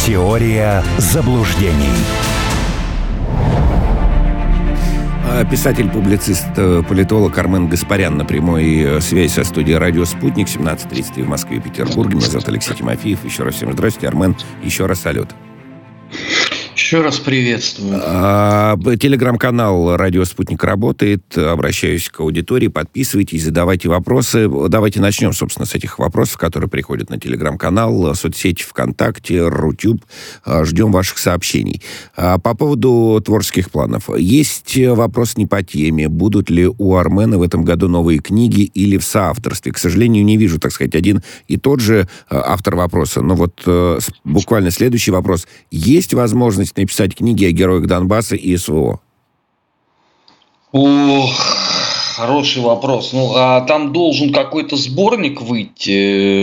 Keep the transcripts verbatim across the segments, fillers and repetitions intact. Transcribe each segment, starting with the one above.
Теория заблуждений. Писатель-публицист, политолог Армен Гаспарян на прямой связи со студией «Радио Спутник». семнадцать тридцать в Москве и Петербурге. Меня зовут Алексей Тимофеев. Еще раз всем здравствуйте. Армен, еще раз салют. Еще раз приветствую. Телеграм-канал «Радио Спутник» работает. Обращаюсь к аудитории. Подписывайтесь, задавайте вопросы. Давайте начнем, собственно, с этих вопросов, которые приходят на телеграм-канал, соцсети ВКонтакте, Рутюб. Ждем ваших сообщений. По поводу творческих планов. Есть вопрос не по теме. Будут ли у Армена в этом году новые книги или в соавторстве? К сожалению, не вижу, так сказать, один и тот же автор вопроса. Но вот буквально следующий вопрос. Есть возможность написать книги о героях Донбасса и СВО? Ох, хороший вопрос. Ну, а там должен какой-то сборник выйти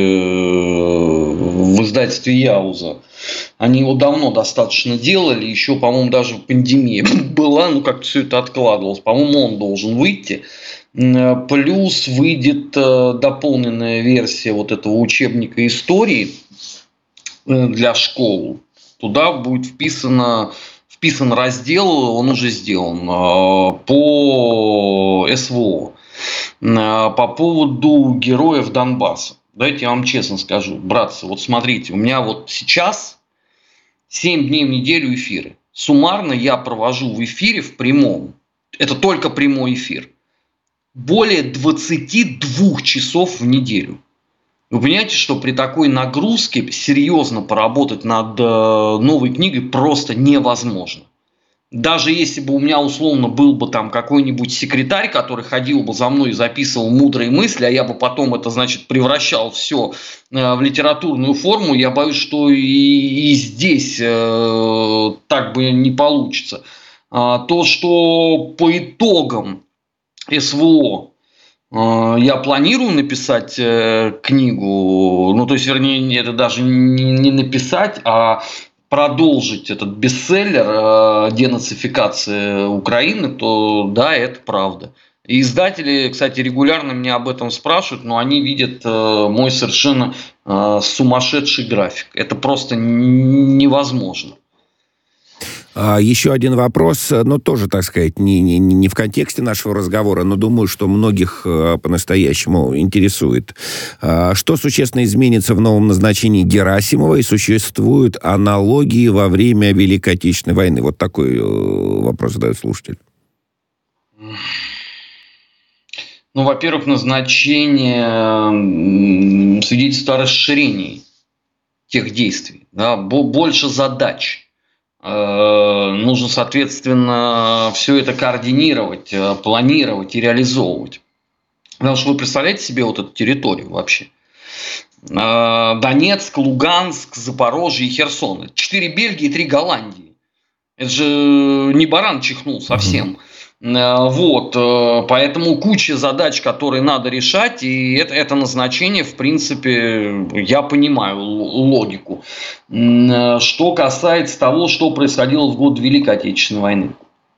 в издательстве Яуза. Они его давно достаточно делали. Еще, по-моему, даже пандемия была. Ну, как-то все это откладывалось. По-моему, он должен выйти. Плюс выйдет дополненная версия вот этого учебника истории для школ. Туда будет вписано, вписан раздел, он уже сделан, по СВО, по поводу героев Донбасса. Давайте я вам честно скажу, братцы, вот смотрите, у меня вот сейчас семь дней в неделю эфиры. Суммарно я провожу в эфире, в прямом, это только прямой эфир, более двадцать два часов в неделю. Вы понимаете, что при такой нагрузке серьезно поработать над э, новой книгой просто невозможно. Даже если бы у меня условно был бы там какой-нибудь секретарь, который ходил бы за мной и записывал мудрые мысли, а я бы потом это, значит, превращал все э, в литературную форму, я боюсь, что и, и здесь э, так бы не получится. А, то, что по итогам СВО я планирую написать книгу, ну, то есть, вернее, это даже не написать, а продолжить этот бестселлер «Денацификация Украины», то да, это правда. И издатели, кстати, регулярно меня об этом спрашивают, но они видят мой совершенно сумасшедший график. Это просто невозможно. Еще один вопрос, но тоже, так сказать, не, не, не в контексте нашего разговора, но думаю, что многих по-настоящему интересует. Что существенно изменится в новом назначении Герасимова, и существуют аналогии во время Великой Отечественной войны? Вот такой вопрос задает слушатель. Ну, во-первых, назначение свидетельствует о расширении тех действий, да, больше задач. Нужно, соответственно, все это координировать, планировать и реализовывать. Потому что вы представляете себе вот эту территорию вообще. Донецк, Луганск, Запорожье и Херсон. Четыре Бельгии и три Голландии. Это же не баран чихнул совсем. Вот, поэтому куча задач, которые надо решать, и это, это назначение, в принципе, я понимаю логику. Что касается того, что происходило в год Великой Отечественной войны.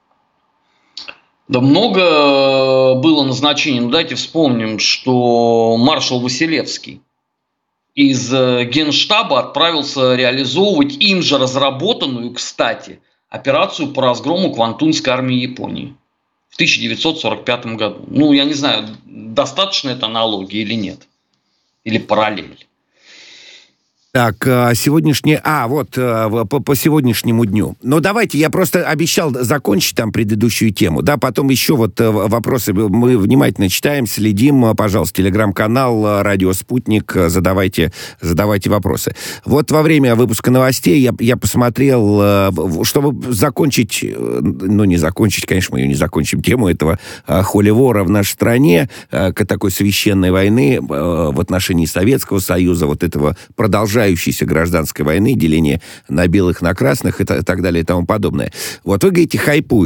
Да много было назначений. Ну, давайте вспомним, что маршал Василевский из Генштаба отправился реализовывать им же разработанную, кстати, операцию по разгрому Квантунской армии Японии в тысяча девятьсот сорок пятом году. Ну, я не знаю, достаточно это аналогии или нет. Или параллель. Так, сегодняшний... А, вот, по, по сегодняшнему дню. Ну, давайте, я просто обещал закончить там предыдущую тему, да, потом еще вот вопросы мы внимательно читаем, следим, пожалуйста, телеграм-канал «Радио Спутник», задавайте, задавайте вопросы. Вот во время выпуска новостей я, я посмотрел, чтобы закончить, ну, не закончить, конечно, мы ее не закончим, тему этого холивора в нашей стране, такой священной войны в отношении Советского Союза, вот этого продолжения гражданской войны, деление на белых, на красных и так далее и тому подобное. Вот вы говорите, хайпуют.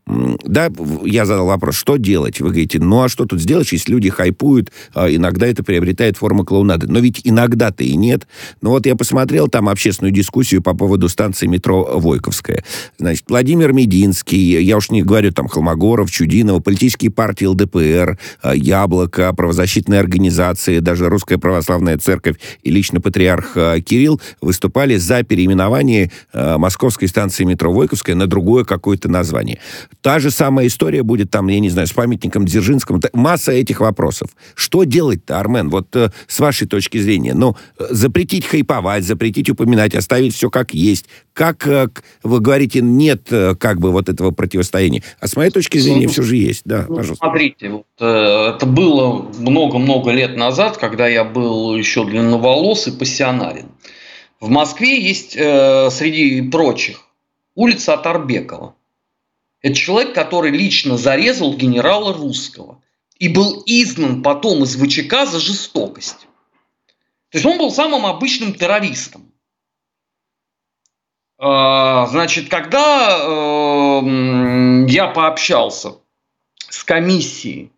Да, я задал вопрос, что делать? Вы говорите, ну а что тут сделаешь, если люди хайпуют, иногда это приобретает форму клоунады. Но ведь иногда-то и нет. Но вот я посмотрел там общественную дискуссию по поводу станции метро Войковская. Значит, Владимир Мединский, я уж не говорю там Холмогоров, Чудинова, политические партии ЛДПР, Яблоко, правозащитные организации, даже Русская Православная Церковь и лично патриарх Кирилл выступали за переименование московской станции метро Войковская на другое какое-то название. Та же самая история будет там, я не знаю, с памятником Дзержинскому. Масса этих вопросов. Что делать-то, Армен, вот э, с вашей точки зрения? Ну, запретить хайповать, запретить упоминать, оставить все как есть. Как, э, вы говорите, нет э, как бы вот этого противостояния. А с моей точки зрения все же есть. Да, ну, пожалуйста. Смотрите, вот, э, это было много-много лет назад, когда я был еще длинноволос и пассионарен. В Москве есть, э, среди прочих, улица Атарбекова. Это человек, который лично зарезал генерала Русского и был изгнан потом из ВЧК за жестокость. То есть он был самым обычным террористом. Значит, когда я пообщался с комиссией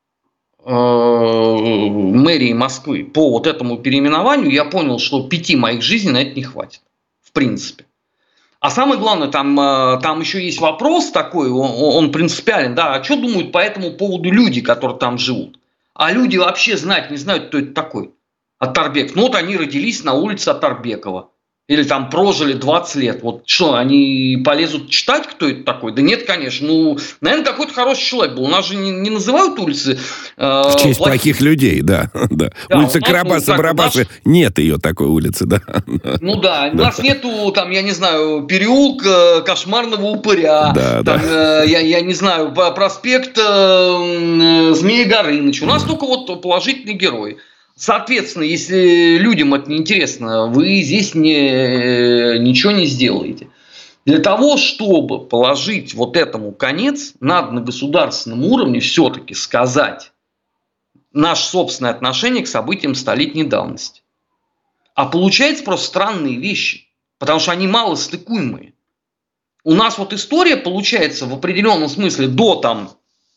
мэрии Москвы по вот этому переименованию, я понял, что пяти моих жизней на это не хватит. В принципе. А самое главное, там, там еще есть вопрос такой, он, он принципиален, да, а что думают по этому поводу люди, которые там живут? А люди вообще знать не знают, кто это такой. Атарбек. Ну вот они родились на улице Атарбекова. Или там прожили двадцать лет. Вот что, они полезут читать, кто это такой? Да нет, конечно. Ну, наверное, какой-то хороший человек был. У нас же не, не называют улицы... Э, в честь плохих, плохих людей, да. да. да улица Карабаса-Барабаса, ну, нет ее такой улицы, да. Ну да, у нас нету, там, я не знаю, переулка кошмарного упыря. Да, там, да. Э, я, я не знаю, проспект э, Змея Горыныча. У нас mm. только вот положительный герой. Соответственно, если людям это неинтересно, вы здесь не, ничего не сделаете. Для того, чтобы положить вот этому конец, надо на государственном уровне все-таки сказать наше собственное отношение к событиям столетней давности. А получается просто странные вещи, потому что они мало стыкуемые. У нас вот история получается в определенном смысле до там...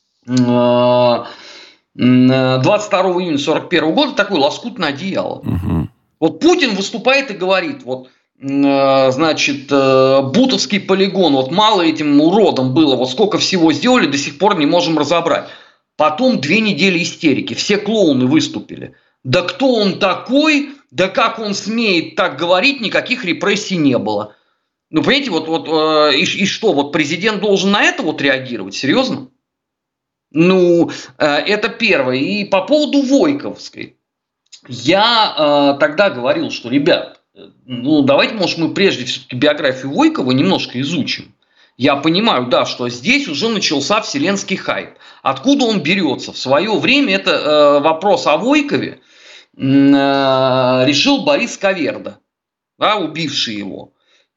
Э- двадцать второго июня сорок первого года такое лоскутное одеяло. Угу. Вот Путин выступает и говорит, вот, значит, Бутовский полигон, вот мало этим уродам было, вот сколько всего сделали, до сих пор не можем разобрать. Потом две недели истерики, все клоуны выступили. Да кто он такой, да как он смеет так говорить, никаких репрессий не было. Ну, понимаете, вот, вот и, и что, вот президент должен на это вот реагировать, серьезно? Ну, это первое. И по поводу Войковской. Я э, тогда говорил, что, ребят, ну, давайте, может, мы прежде все-таки биографию Войкова немножко изучим. Я понимаю, да, что здесь уже начался вселенский хайп. Откуда он берется? В свое время это э, вопрос о Войкове э, решил Борис Каверда, да, убивший его.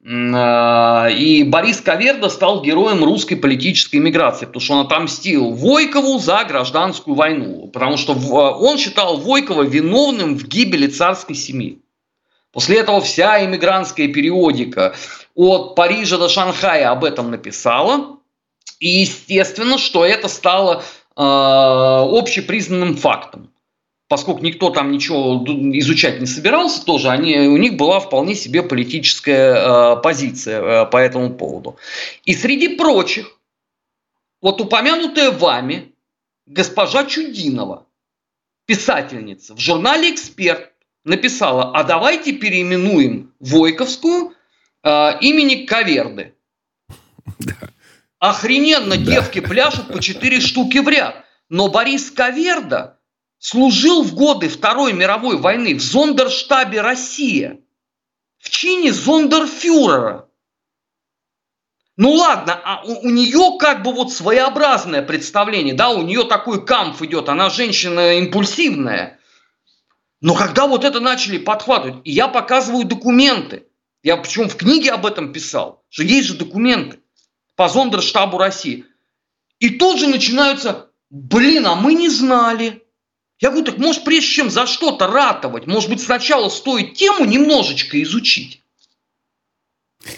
И Борис Каверда стал героем русской политической миграции, потому что он отомстил Войкову за гражданскую войну, потому что он считал Войкова виновным в гибели царской семьи. После этого вся эмигрантская периодика от Парижа до Шанхая об этом написала, и естественно, что это стало э, общепризнанным фактом. Поскольку никто там ничего изучать не собирался, тоже они, у них была вполне себе политическая э, позиция э, по этому поводу. И среди прочих, вот упомянутая вами госпожа Чудинова, писательница, в журнале «Эксперт» написала, а давайте переименуем Войковскую э, имени Каверды. Да. Охрененно, да. Девки пляшут по четыре штуки в ряд. Но Борис Каверда служил в годы Второй мировой войны в зондерштабе «Россия», в чине зондерфюрера. Ну ладно, а у, у нее как бы вот своеобразное представление, да, у нее такой камф идет, она женщина импульсивная. Но когда вот это начали подхватывать, и я показываю документы, я причем в книге об этом писал, что есть же документы по зондерштабу России. И тут же начинаются, блин, а мы не знали. Я говорю, так может, прежде чем за что-то ратовать, может быть, сначала стоит тему немножечко изучить.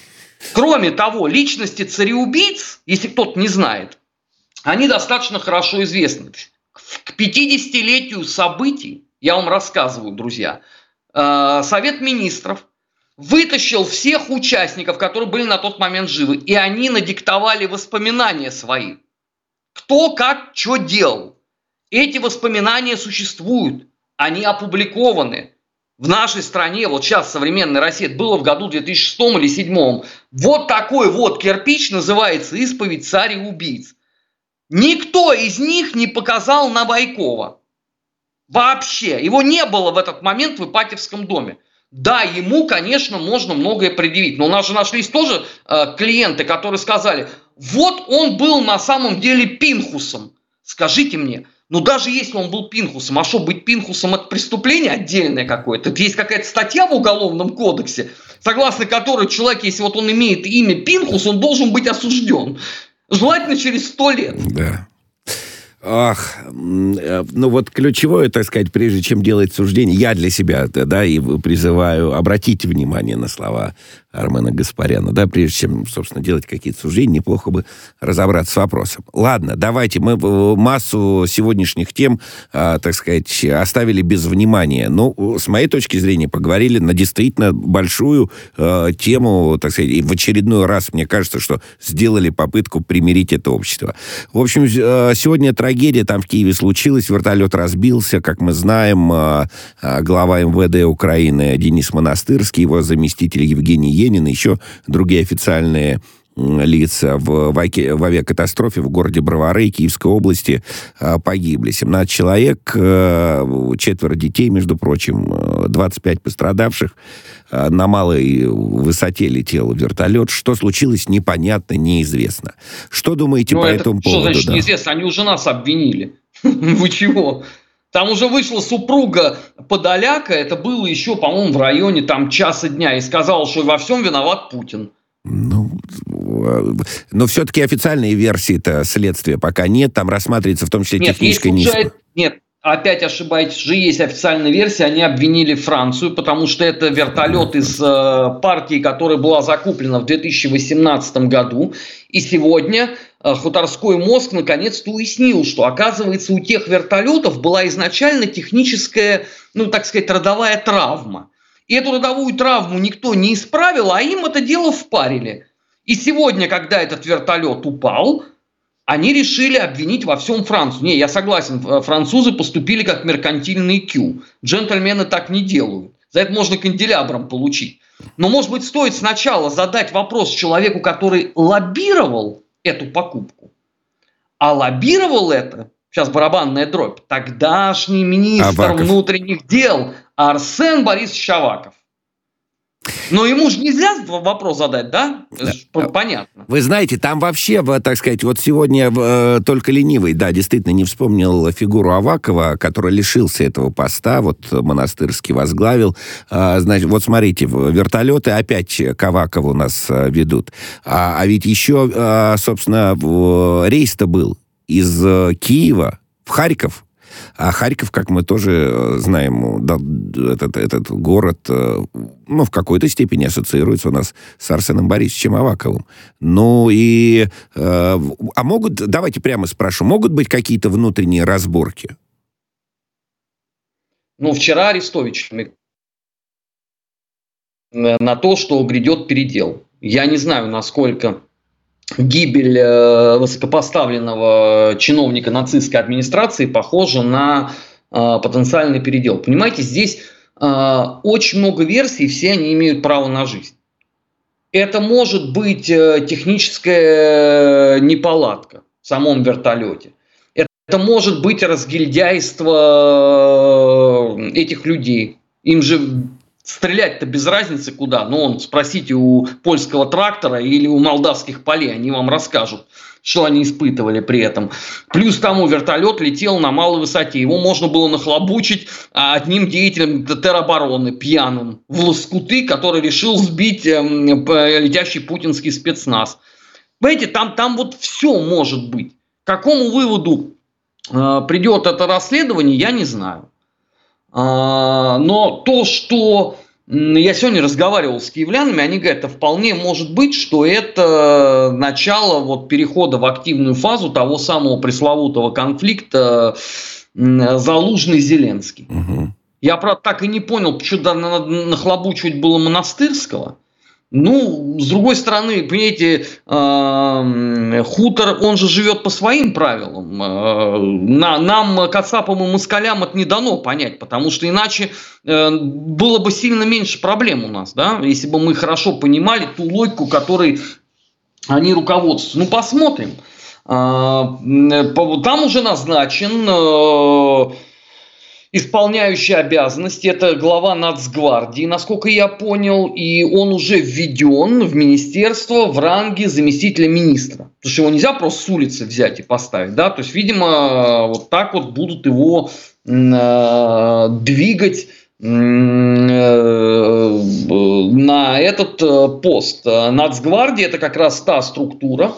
Кроме того, личности цареубийц, если кто-то не знает, они достаточно хорошо известны. К пятидесятилетию событий, я вам рассказываю, друзья, Совет Министров вытащил всех участников, которые были на тот момент живы, и они надиктовали воспоминания свои. Кто, как, что делал. Эти воспоминания существуют, они опубликованы. В нашей стране, вот сейчас современная Россия, это было в году две тысячи шестом или две тысячи седьмом, вот такой вот кирпич называется «Исповедь царей-убийц». Никто из них не показал на Байкова. Вообще. Его не было в этот момент в Ипатьевском доме. Да, ему, конечно, можно многое предъявить. Но у нас же нашлись тоже э, клиенты, которые сказали, вот он был на самом деле Пинхусом. Скажите мне, ну даже если он был Пинхусом, а что, быть Пинхусом — это преступление отдельное какое-то? Это есть какая-то статья в Уголовном кодексе, согласно которой человек, если вот он имеет имя Пинхус, он должен быть осужден. Желательно через сто лет. Да. Ах, ну вот ключевое, так сказать, прежде чем делать суждение, я для себя, да, и призываю обратить внимание на слова Армена Гаспаряна, да, прежде чем, собственно, делать какие-то суждения, неплохо бы разобраться с вопросом. Ладно, давайте, мы массу сегодняшних тем, а, так сказать, оставили без внимания. Ну, с моей точки зрения, поговорили на действительно большую а, тему, так сказать, и в очередной раз, мне кажется, что сделали попытку примирить это общество. В общем, сегодня трагедия там в Киеве случилась, вертолет разбился, как мы знаем, а, а, глава эм вэ дэ Украины Денис Монастырский, его заместитель Евгений Енин, еще другие официальные лица в, в, в авиакатастрофе в городе Бровары Киевской области а, погибли. семнадцать человек, а, четверо детей, между прочим, двадцать пять пострадавших. А, на малой высоте летел вертолет. Что случилось, непонятно, неизвестно. Что думаете ну, по это, этому поводу? Что значит да? неизвестно? Они уже нас обвинили. Вы чего? Там уже вышла супруга Подоляка, это было еще, по-моему, в районе там часа дня, и сказала, что во всем виноват Путин. Ну, но все-таки официальной версии-то следствия пока нет, там рассматривается в том числе нет, техническая низкая. Нет, опять ошибаетесь, уже есть официальная версия, они обвинили Францию, потому что это вертолет из э, партии, которая была закуплена в две тысячи восемнадцатом году, и сегодня э, Хуторской мозг наконец-то уяснил, что, оказывается, у тех вертолетов была изначально техническая, ну, так сказать, родовая травма. И эту родовую травму никто не исправил, а им это дело впарили. И сегодня, когда этот вертолет упал, они решили обвинить во всем Францию. Не, я согласен, французы поступили как меркантильный кю. Джентльмены так не делают. За это можно канделябром получить. Но, может быть, стоит сначала задать вопрос человеку, который лоббировал эту покупку. А лоббировал это, сейчас барабанная дробь, тогдашний министр Аваков. внутренних дел Арсен Борисович Аваков. Но ему же нельзя вопрос задать, да? да? Понятно. Вы знаете, там вообще, так сказать, вот сегодня э, только ленивый, да, действительно не вспомнил фигуру Авакова, который лишился этого поста, вот Монастырский возглавил. А, значит, вот смотрите, вертолеты опять к Авакову у нас а, ведут. А, а ведь еще, а, собственно, рейс-то был из Киева в Харьков. А Харьков, как мы тоже знаем, этот, этот город, ну, в какой-то степени ассоциируется у нас с Арсеном Борисовичем Аваковым. Ну, и... А могут, давайте прямо спрошу, могут быть какие-то внутренние разборки? Ну, вчера Арестович на то, что грядет передел. Я не знаю, насколько... гибель э, высокопоставленного чиновника нацистской администрации похожа на э, потенциальный передел. Понимаете, здесь э, очень много версий, все они имеют право на жизнь. Это может быть э, техническая неполадка в самом вертолете. Это, это может быть разгильдяйство этих людей. Им же... стрелять-то без разницы куда. Ну, он, спросите у польского трактора или у молдавских полей, они вам расскажут, что они испытывали при этом. Плюс тому вертолет летел на малой высоте. Его можно было нахлобучить одним деятелем теробороны, пьяным, в лоскуты, который решил сбить летящий путинский спецназ. Понимаете, там, там вот все может быть. К какому выводу придет это расследование, я не знаю. Но то, что я сегодня разговаривал с киевлянами, они говорят, это вполне может быть, что это начало вот перехода в активную фазу того самого пресловутого конфликта Залужный-Зеленский. Угу. Я, правда, так и не понял, почему надо нахлобучивать было Монастырского. Ну, с другой стороны, понимаете, Хутор, он же живет по своим правилам. Нам, кацапам и москалям, это не дано понять, потому что иначе было бы сильно меньше проблем у нас, да, если бы мы хорошо понимали ту логику, которой они руководствуются. Ну, посмотрим. Там уже назначен исполняющий обязанности, это глава Нацгвардии, насколько я понял, и он уже введен в министерство в ранге заместителя министра. Потому что его нельзя просто с улицы взять и поставить, да, то есть, видимо, вот так вот будут его э, двигать э, на этот э, пост. Нацгвардия – это как раз та структура,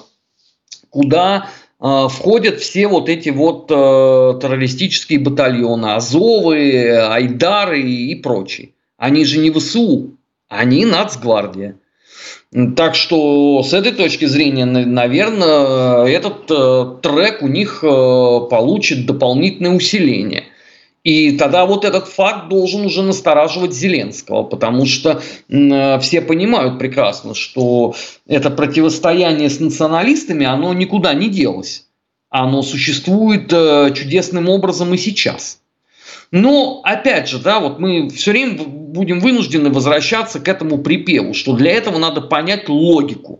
куда входят все вот эти вот э, террористические батальоны, Азовы, Айдары и прочие. Они же не ВСУ, они Нацгвардия. Так что с этой точки зрения, наверное, этот э, трек у них э, получит дополнительное усиление. И тогда вот этот факт должен уже настораживать Зеленского, потому что э, все понимают прекрасно, что это противостояние с националистами, оно никуда не делось. Оно существует э, чудесным образом и сейчас. Но, опять же, да, вот мы все время будем вынуждены возвращаться к этому припеву, что для этого надо понять логику,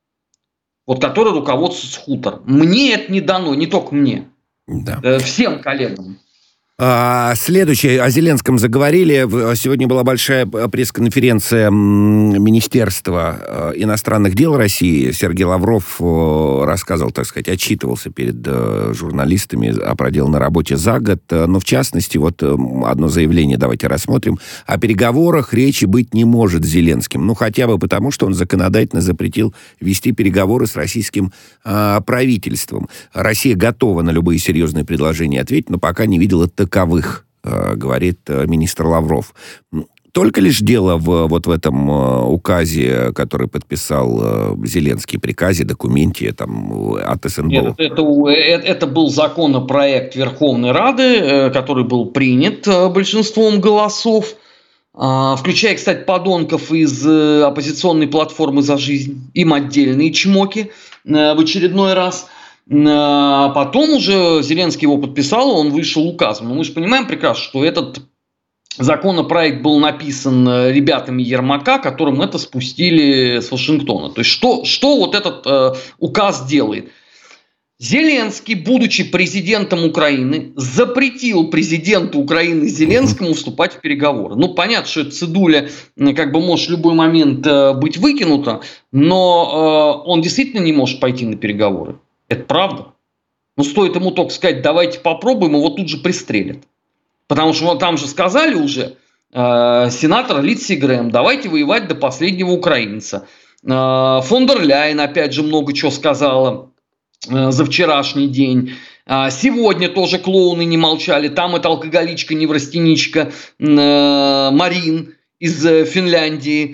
вот, которой руководствуется Хутор. Мне это не дано, не только мне, да. э, всем коллегам. А, следующее. О Зеленском заговорили. Сегодня была большая пресс-конференция Министерства иностранных дел России. Сергей Лавров рассказывал, так сказать, отчитывался перед журналистами о проделанной работе за год. Но, в частности, вот одно заявление давайте рассмотрим. О переговорах речи быть не может с Зеленским. Ну, хотя бы потому, что он законодательно запретил вести переговоры с российским а, правительством. Россия готова на любые серьезные предложения ответить, но пока не видела таковых, говорит министр Лавров. Только лишь дело в, вот в этом указе, который подписал Зеленский, приказе, документе там, от СНБО? Нет, это, это, это был законопроект Верховной Рады, который был принят большинством голосов, включая, кстати, подонков из оппозиционной платформы «За жизнь». Им отдельные чмоки в очередной раз. А потом уже Зеленский его подписал, он вышел указом. Но мы же понимаем прекрасно, что этот законопроект был написан ребятами Ермака, которым это спустили с Вашингтона. То есть что, что вот этот э, указ делает? Зеленский, будучи президентом Украины, запретил президенту Украины Зеленскому вступать в переговоры. Ну, понятно, что эта цедуля как бы может в любой момент э, быть выкинута, но э, он действительно не может пойти на переговоры. Это правда. Но стоит ему только сказать, давайте попробуем, его тут же пристрелят. Потому что вот там же сказали уже, э, сенатор Линдси Грэхэм, давайте воевать до последнего украинца. Э, фон дер Ляйен опять же много чего сказала э, за вчерашний день. Э, сегодня тоже клоуны не молчали. Там эта алкоголичка-неврастеничка э, Марин из э, Финляндии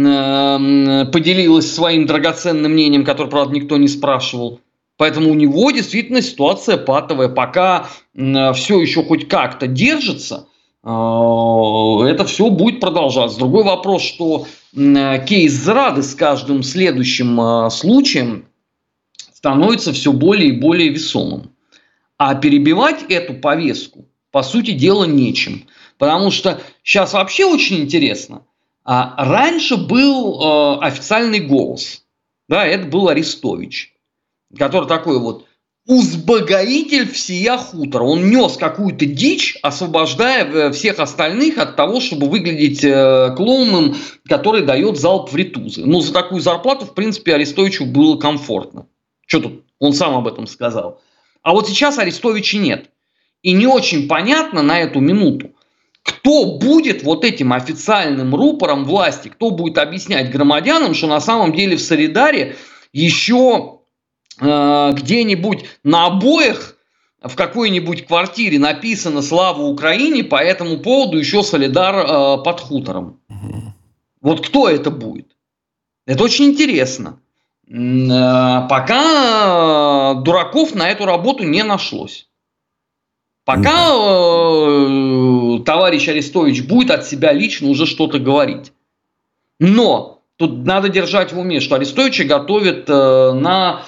э, поделилась своим драгоценным мнением, которое, правда, никто не спрашивал. Поэтому у него действительно ситуация патовая. Пока э, все еще хоть как-то держится, э, это все будет продолжаться. Другой вопрос, что э, кейс зрады с каждым следующим э, случаем становится все более и более весомым. А перебивать эту повестку, по сути дела, нечем. Потому что сейчас вообще очень интересно. А раньше был э, официальный голос. Да, это был Арестович, который такой вот узбогоитель всея хутора. Он нес какую-то дичь, освобождая всех остальных от того, чтобы выглядеть э, клоуном, который дает залп в ритузы. Ну, за такую зарплату, в принципе, Арестовичу было комфортно. Что тут? Он сам об этом сказал. А вот сейчас Арестовича нет. И не очень понятно на эту минуту, кто будет вот этим официальным рупором власти, кто будет объяснять громадянам, что на самом деле в Солидаре еще где-нибудь на обоях в какой-нибудь квартире написано «Слава Украине», по этому поводу еще солидар э, под хутором. Угу. Вот кто это будет? Это очень интересно. Э, пока дураков на эту работу не нашлось. Пока э, товарищ Арестович будет от себя лично уже что-то говорить. Но тут надо держать в уме, что Арестовича готовят э, на...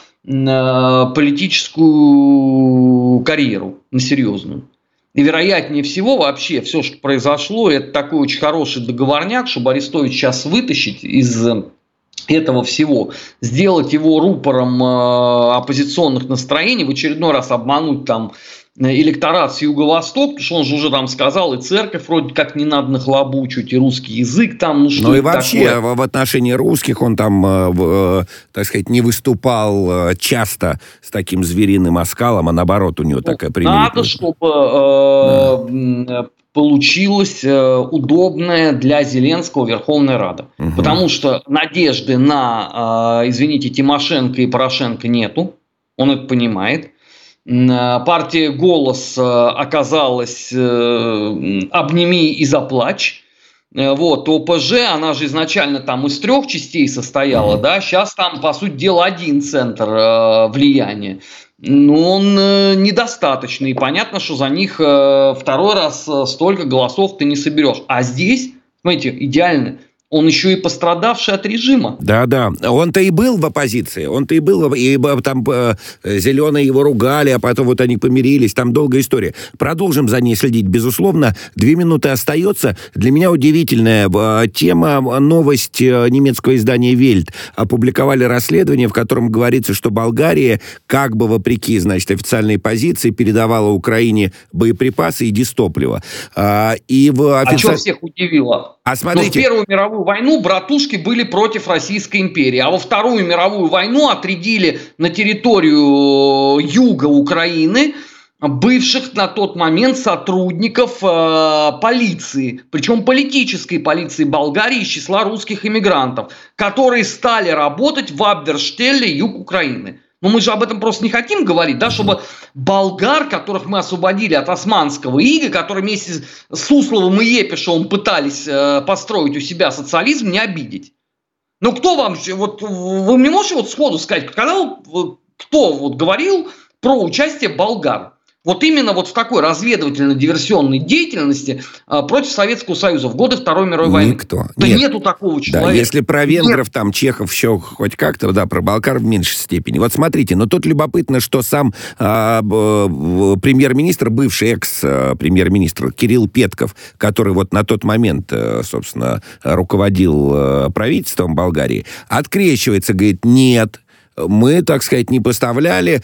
политическую карьеру, на серьезную. И вероятнее всего вообще все, что произошло, это такой очень хороший договорняк, чтобы Арестович сейчас вытащить из этого всего, сделать его рупором оппозиционных настроений, в очередной раз обмануть там электорат с юго-восток, потому что он же уже там сказал, и церковь вроде как не надо нахлобучивать, и русский язык там, ну что Ну и вообще такое? В отношении русских он там, э, так сказать, не выступал часто с таким звериным оскалом, а наоборот у него ну, такая примерная... Надо, чтобы э, да. получилась э, удобная для Зеленского Верховная Рада. Угу. Потому что надежды на, э, извините, Тимошенко и Порошенко нету, он это понимает. Партия «Голос» оказалась «обними и заплачь». Вот, ОПЖ, она же изначально там из трех частей состояла, mm-hmm. да, сейчас там, по сути дела, один центр влияния. Но он недостаточный. И понятно, что за них второй раз столько голосов ты не соберешь. А здесь, смотрите, идеально. Он еще и пострадавший от режима. Да-да, он-то и был в оппозиции, он-то и был, и там э, зеленые его ругали, а потом вот они помирились, там долгая история. Продолжим за ней следить, безусловно. Две минуты остается. Для меня удивительная э, тема, новость э, немецкого издания «Вельт». Опубликовали расследование, в котором говорится, что Болгария, как бы вопреки, значит, официальной позиции, передавала Украине боеприпасы и дистопливо. А, и в офици... а что всех удивило? А смотрите... Но в Первую мировую войну братушки были против Российской империи, а во Вторую мировую войну отрядили на территорию юга Украины бывших на тот момент сотрудников э, полиции, причем политической полиции Болгарии из числа русских иммигрантов, которые стали работать в Абверштелле, юг Украины. Но мы же об этом просто не хотим говорить, да, чтобы болгар, которых мы освободили от османского ига, которые вместе с Сусловым и Епишевым пытались э, построить у себя социализм, не обидеть. Ну, кто вам, вот вы не можете вот сходу сказать, когда, кто вот говорил про участие болгар? Вот именно вот в такой разведывательно-диверсионной деятельности э, против Советского Союза в годы Второй мировой войны. Никто. Да Нет. нету такого человека. Да, если про венгров, Нет. там, чехов еще хоть как-то, да, про болгар в меньшей степени. Вот смотрите, но тут любопытно, что сам э, э, премьер-министр, бывший экс-премьер-министр Кирилл Петков, который вот на тот момент, э, собственно, руководил э, правительством Болгарии, открещивается, говорит, нет, мы, так сказать, не поставляли,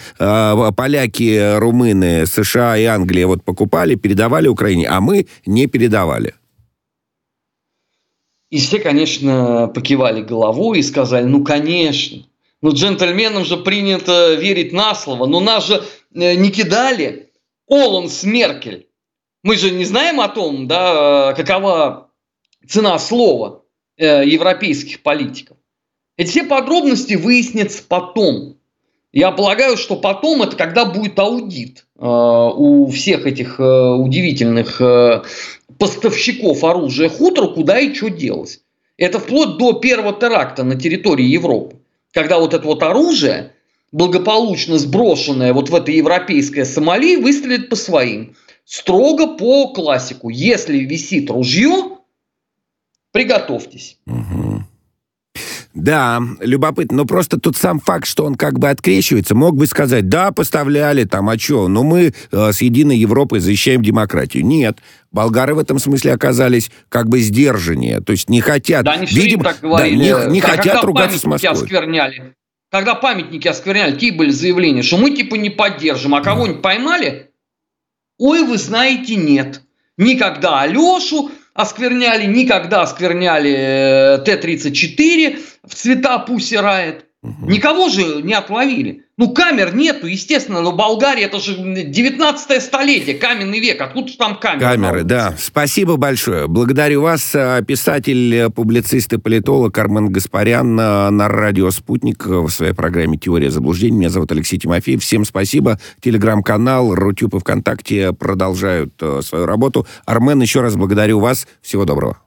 поляки, румыны, США и Англия вот покупали, передавали Украине, а мы не передавали. И все, конечно, покивали головой и сказали, ну, конечно, ну, джентльменам же принято верить на слово, но нас же не кидали Оланд с Меркель. Мы же не знаем о том, да, какова цена слова европейских политиков. Эти все подробности выяснятся потом. Я полагаю, что потом это когда будет аудит э, у всех этих э, удивительных э, поставщиков оружия хутору, куда и что делать. Это вплоть до первого теракта на территории Европы. Когда вот это вот оружие, благополучно сброшенное вот в это европейское Сомали, выстрелит по своим. Строго по классику. Если висит ружье, приготовьтесь. Угу. Да, любопытно, но просто тут сам факт, что он как бы открещивается, мог бы сказать, да, поставляли там, а что, но мы э, с Единой Европой защищаем демократию. Нет, болгары в этом смысле оказались как бы сдержаннее, то есть не хотят... Да, они все видимо, так говорили. Да, не, не как, хотят ругаться с Москвой. Оскверняли, когда памятники оскверняли, какие были заявления, что мы типа не поддержим, а кого-нибудь поймали? Ой, вы знаете, нет. Никогда Алешу оскверняли, никогда оскверняли Т тридцать четыре в цвета Pussy Riot. Угу. Никого же не отловили. Ну, камер нету, естественно, но Болгария, это же девятнадцатое столетие, каменный век. Откуда там камеры? Камеры, да. Спасибо большое. Благодарю вас. Писатель, публицист и политолог Армен Гаспарян на радио «Спутник» в своей программе «Теория заблуждений». Меня зовут Алексей Тимофеев. Всем спасибо. Телеграм-канал, Рутюб и ВКонтакте продолжают свою работу. Армен, еще раз благодарю вас. Всего доброго.